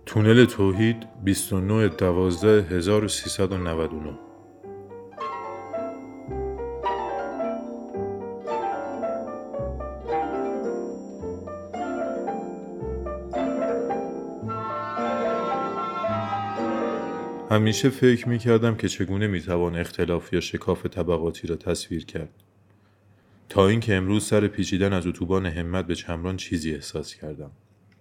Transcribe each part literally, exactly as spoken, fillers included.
تونل توحید بیست و نه دوازده هزار و سیصد و نود و نه. همیشه فکر می کردم که چگونه می توان اختلاف یا شکاف طبقاتی را تصویر کرد، تا اینکه امروز سر پیچیدن از اتوبان همت به چمران چیزی احساس کردم.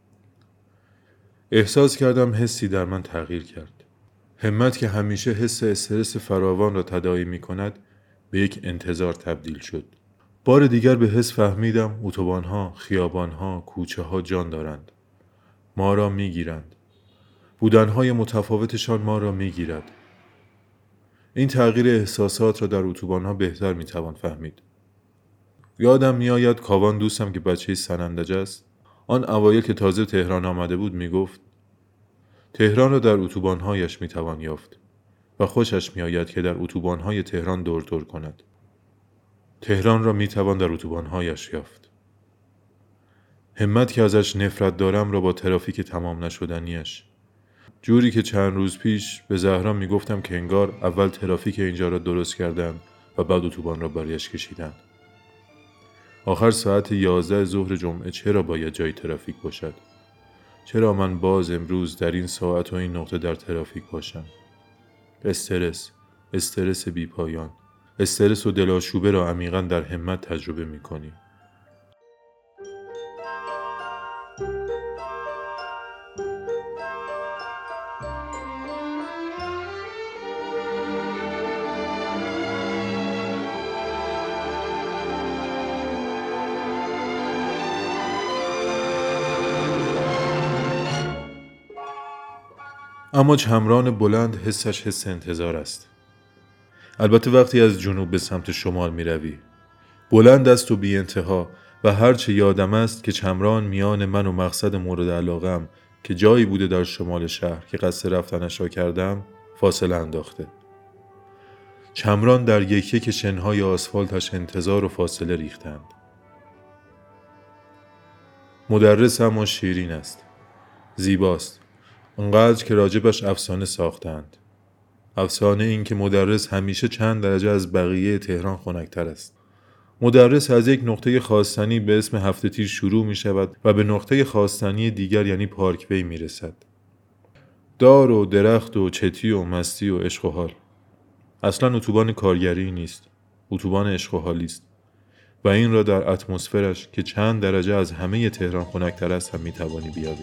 احساس کردم حسی در من تغییر کرد. همت که همیشه حس استرس فراوان را تداعی می کند به یک انتظار تبدیل شد. بار دیگر به حس فهمیدم اتوبان‌ها، خیابان‌ها، کوچه‌ها جان دارند. ما را می گیرند. بودنهای متفاوتشان ما را می گیرد. این تغییر احساسات را در اتوبان‌ها بهتر می توان فهمید. یادم می آید کاوان دوستم که بچه سنندج است، آن اوایل که تازه تهران آمده بود می گفت تهران را در اتوبان‌هایش می توان یافت و خوشش می آید که در اتوبان‌های تهران دور دور کند. تهران را می توان در اتوبان‌هایش یافت. همت که ازش نفرت دارم را با ترافیک تمام نشدنیش، جوری که چند روز پیش به زهرا می گفتم که انگار اول ترافیک اینجا را درست کردن و بعد اتوبان را برایش کشیدن. آخر ساعت یازده ظهر جمعه چرا باید جای ترافیک باشد؟ چرا من باز امروز در این ساعت و این نقطه در ترافیک باشم؟ استرس، استرس بی پایان، استرس و دلاشوبه را عمیقاً در همت تجربه می کنی. اما چمران بلند حسش حس انتظار است. البته وقتی از جنوب به سمت شمال می روی. بلند است و بی انتها و هرچه یادم است که چمران میان من و مقصد مورد علاقم که جایی بوده در شمال شهر که قصد رفتنش را کردم فاصله انداخته. چمران در یک یک شنهای آسفالتش انتظار و فاصله ریختند. مدرس اما شیرین است. زیباست. اونقدر که راجبش افسانه ساختند. افسانه این که مدرس همیشه چند درجه از بقیه تهران خنک‌تر است. مدرس از یک نقطه خواستنی به اسم هفته تیر شروع می شود و به نقطه خواستنی دیگر یعنی پارک وی می رسد. دار و درخت و چتی و مستی و عشق و حال. اصلا اتوبان کارگری نیست. اتوبان عشق و حالی است. و این را در اتمسفرش که چند درجه از همه تهران خنک‌تر است هم می توانی بیابی.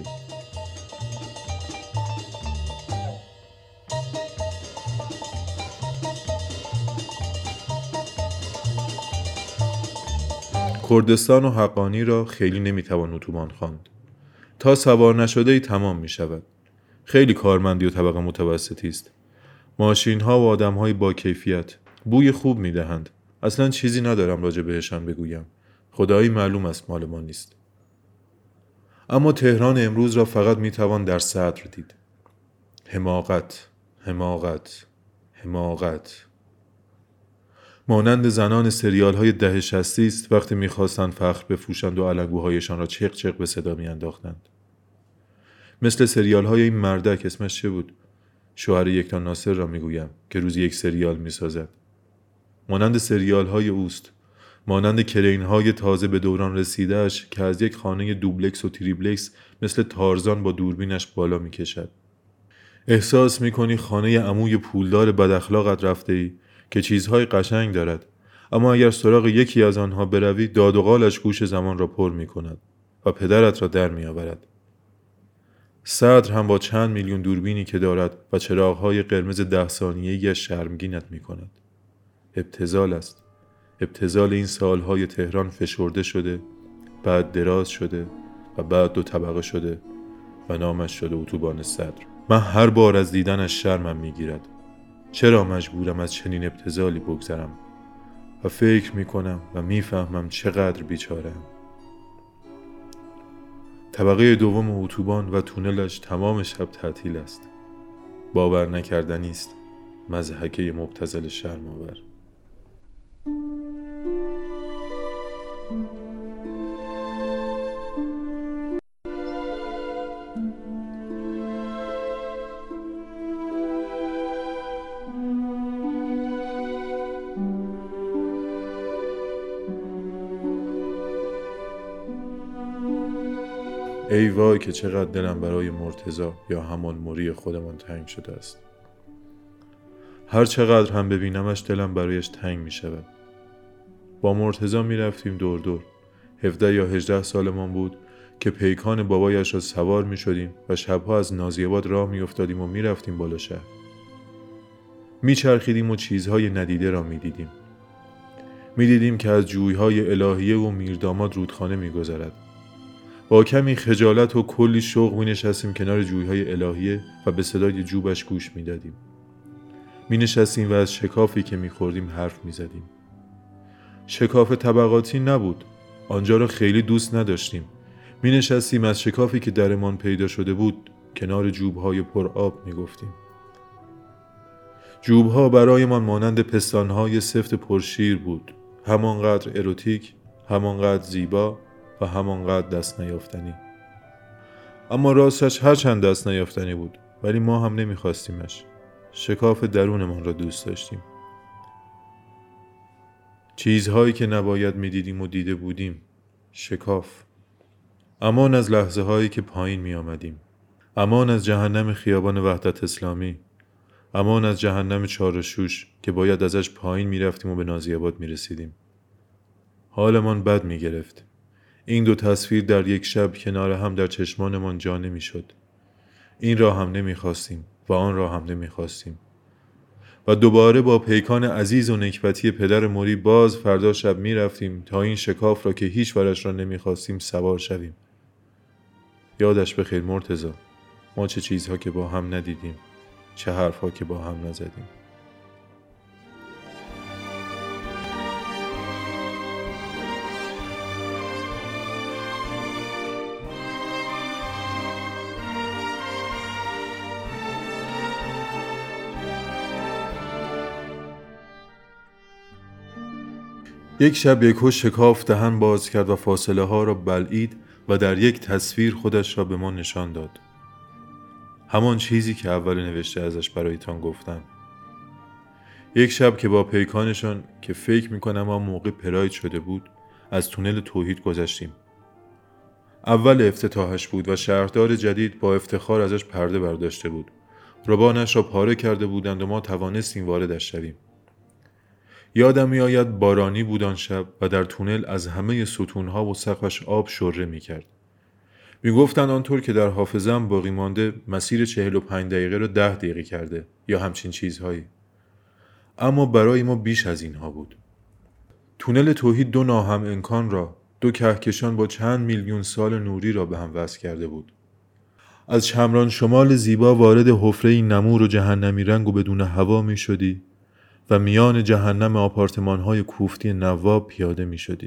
کردستان و حقانی را خیلی نمیتوان اتوبان خواند. تا سوار نشده ای تمام می شود. خیلی کارمندی و طبقه متوسطی است. ماشین ها و آدم های با کیفیت. بوی خوب می دهند. اصلا چیزی ندارم راجع بهشان بگویم. خدایی معلوم است مال ما نیست. اما تهران امروز را فقط می توان در صدر دید. حماقت، حماقت، حماقت. مانند زنان سریال های ده شصتی است وقتی میخواستند فخر بفروشند و علنگوهایشان را چق چق به صدا میانداختند. مثل سریال های این مردک، اسمش چه بود؟ شوهر یکتا ناصر را میگویم که روزی یک سریال میسازد. مانند سریال های اوست. مانند کرین های تازه به دوران رسیدهش که از یک خانه دوبلکس و تریبلکس مثل تارزان با دوربینش بالا میکشد. احساس میکنی خانه عموی پولدار بداخلاقت رفته ای که چیزهای قشنگ دارد، اما اگر سراغ یکی از آنها بروی داد و قالش گوش زمان را پر می کند و پدرت را در می آورد. صدر هم با چند میلیون دوربینی که دارد و چراغهای قرمز ده ثانیه‌ای شرمگینت می کند. ابتذال است. ابتذال این سالهای تهران فشرده شده، بعد دراز شده و بعد دو طبقه شده و نامش شده اتوبان صدر. من هر بار از دیدنش شرمم می گیرد. چرا مجبورم از چنین ابتذالی بگذرم؟ و فکر میکنم و میفهمم چقدر بیچاره‌ام. طبقه دوم اتوبان و تونلش تمام شب تعطیل است. باور نکردنی است. مضحکه مبتذل شرم‌آور. ای وای که چقدر دلم برای مرتضی یا همان موری خودمان تنگ شده است. هر چقدر هم ببینمش دلم برایش تنگ می شود. با مرتضی می رفتیم دور دور. هفده یا هجده سالمان بود که پیکان بابایش را سوار می شدیم و شبها از نازی‌آباد راه می افتادیم و می رفتیم بالا شهر. می چرخیدیم و چیزهای ندیده را می دیدیم. می دیدیم که از جویهای الهیه و میرداماد رودخانه می گذرد. با کمی خجالت و کلی شوق می نشستیم کنار جویهای الهیه و به صدای جوبش گوش می دادیم. می نشستیم و از شکافی که می خوردیم حرف می زدیم. شکاف طبقاتی نبود. آنجا را خیلی دوست نداشتیم. می نشستیم از شکافی که درمان پیدا شده بود کنار جوبهای پر آب می گفتیم. جوبها برایمان مانند پستانهای سفت پرشیر بود. همانقدر اروتیک، همانقدر زیبا و همانقدر دست نیافتنی. اما راستش هر چند دست نیافتنی بود، ولی ما هم نمی خواستیمش. شکاف درونمان را دوست داشتیم. چیزهایی که نباید می دیدیم و دیده بودیم. شکاف. امان از لحظه هایی که پایین می آمدیم. امان از جهنم خیابان وحدت اسلامی. امان از جهنم چار و شوش که باید ازش پایین می رفتیم و به نازی‌آباد می رسیدیم. حالمان بد می گرفت. این دو تصویر در یک شب کنار هم در چشمانمان جا نمی شد. این را هم نمی خواستیم و آن را هم نمی خواستیم. و دوباره با پیکان عزیز و نکبتی پدر موری باز فردا شب می رفتیم تا این شکاف را که هیچ ورش را نمی خواستیم سوار شویم. یادش بخیر مرتضی، ما چه چیزها که با هم ندیدیم، چه حرفها که با هم نزدیم. یک شب یکو شکاف دهن باز کرد و فاصله ها را بلعید و در یک تصویر خودش را به ما نشان داد. همان چیزی که اول نوشته ازش برایتان گفتم. یک شب که با پیکانشان که فکر میکنم آن موقع پراید شده بود از تونل توحید گذشتیم. اول افتتاحش بود و شهردار جدید با افتخار ازش پرده برداشته بود. ربانش را پاره کرده بودند و ما توانستیم واردش شویم. یادم می آید بارانی بود آن شب و در تونل از همه ستونها و سقفش آب شره می کرد. می گفتند آنطور که در حافظه‌ام باقی مانده مسیر چهل و پنج دقیقه را ده دقیقه کرده یا همچین چیزهایی. اما برای ما بیش از اینها بود. تونل توحید دو ناهم امکان را، دو کهکشان با چند میلیون سال نوری را به هم وصل کرده بود. از شمران شمال زیبا وارد حفره‌ای نمور و جهنمی رنگ و بدون هوا می شدی و میان جهنم آپارتمان‌های کوفتی نواب پیاده می شدی.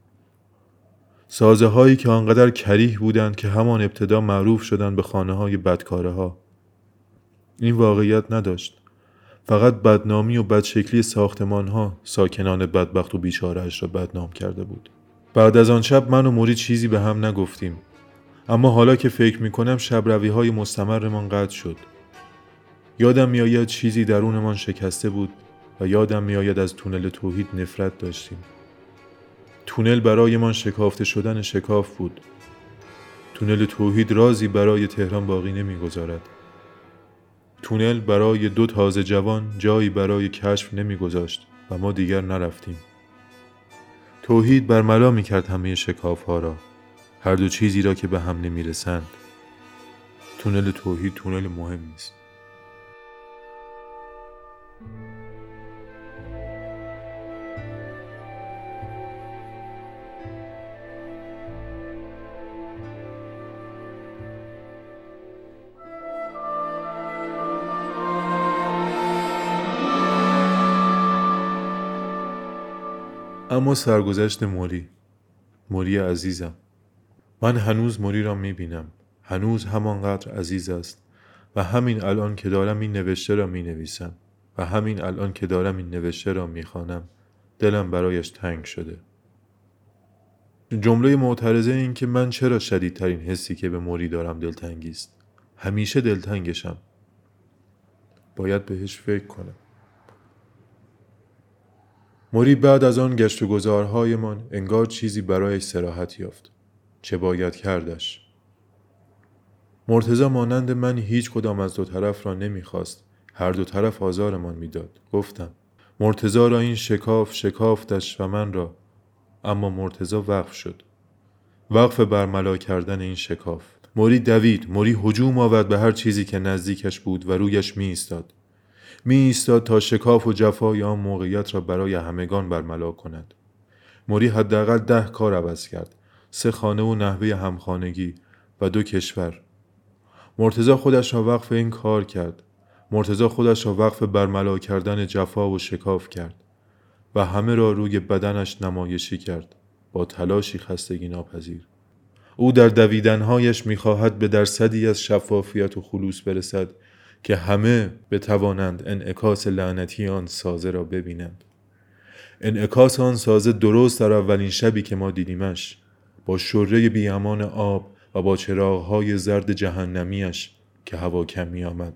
سازه هایی که آنقدر کریه بودند که همان ابتدا معروف شدند به خانه های بدکاره ها. این واقعیت نداشت. فقط بدنامی و بدشکلی ساختمان ها ساکنان بدبخت و بیچاره اش را بدنام کرده بود. بعد از آن شب من و موری چیزی به هم نگفتیم. اما حالا که فکر می کنم شب روی های مستمرمان قطع شد. یادم می آید چیزی درونمان شکسته بود و یادم می آید از تونل توحید نفرت داشتیم. تونل برای من شکافته شدن شکاف بود. تونل توحید رازی برای تهران باقی نمی گذارد. تونل برای دو تازه جوان جایی برای کشف نمی گذاشت و ما دیگر نرفتیم. توحید برملا می کرد همه شکاف ها را، هر دو چیزی را که به هم نمی رسند. تونل توحید تونل مهمی است. اما سرگذشت موری، موری عزیزم، من هنوز موری را میبینم، هنوز همانقدر عزیز است و همین الان که دارم این نوشته را مینویسم و همین الان که دارم این نوشته را میخوانم دلم برایش تنگ شده. جمله معترضه این که من چرا شدیدترین حسی که به موری دارم دلتنگی است. همیشه دلتنگشم. باید بهش فکر کنم. موری بعد از آن گشت و گذارهایمان انگار چیزی برایش صراحت یافت. چه باید کردش؟ مرتضی مانند من هیچ کدام از دو طرف را نمیخواست. هر دو طرف آزارمان میداد. گفتم مرتضی را این شکاف شکافتش و من را. اما مرتضی وقف شد. وقف برملا کردن این شکاف. موری دوید. موری هجوم آورد به هر چیزی که نزدیکش بود و رویش می ایستاد. می ایستاد تا شکاف و جفای آن موقعیت را برای همگان برملا کند. موری حداقل ده کار عوض کرد. سه خانه و نحوه همخانگی و دو کشور. مرتضی خودش را وقف این کار کرد. مرتضی خودش را وقف برملا کردن جفا و شکاف کرد و همه را روی بدنش نمایشی کرد با تلاشی خستگی ناپذیر. او در دویدنهایش می‌خواهد به درصدی از شفافیت و خلوص برسد که همه بتوانند انعکاس لعنتی آن سازه را ببینند. انعکاس آن سازه درست در اولین شبی که ما دیدیمش، با شره بیامان آب و با چراغ‌های زرد جهنمیش که هوا کم می‌آمد.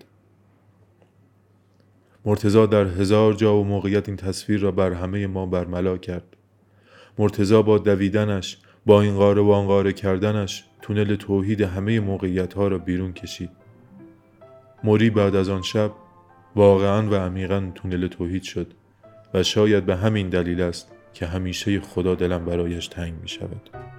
مرتضی در هزار جا و موقعیت این تصویر را بر همه ما برملا کرد. مرتضی با دویدنش، با این قاره و آن قاره کردنش، تونل توحید همه موقعیت‌ها را بیرون کشید. موری بعد از آن شب واقعاً و عمیقاً تونل توحید شد و شاید به همین دلیل است که همیشه خدا دلم برایش تنگ می شود.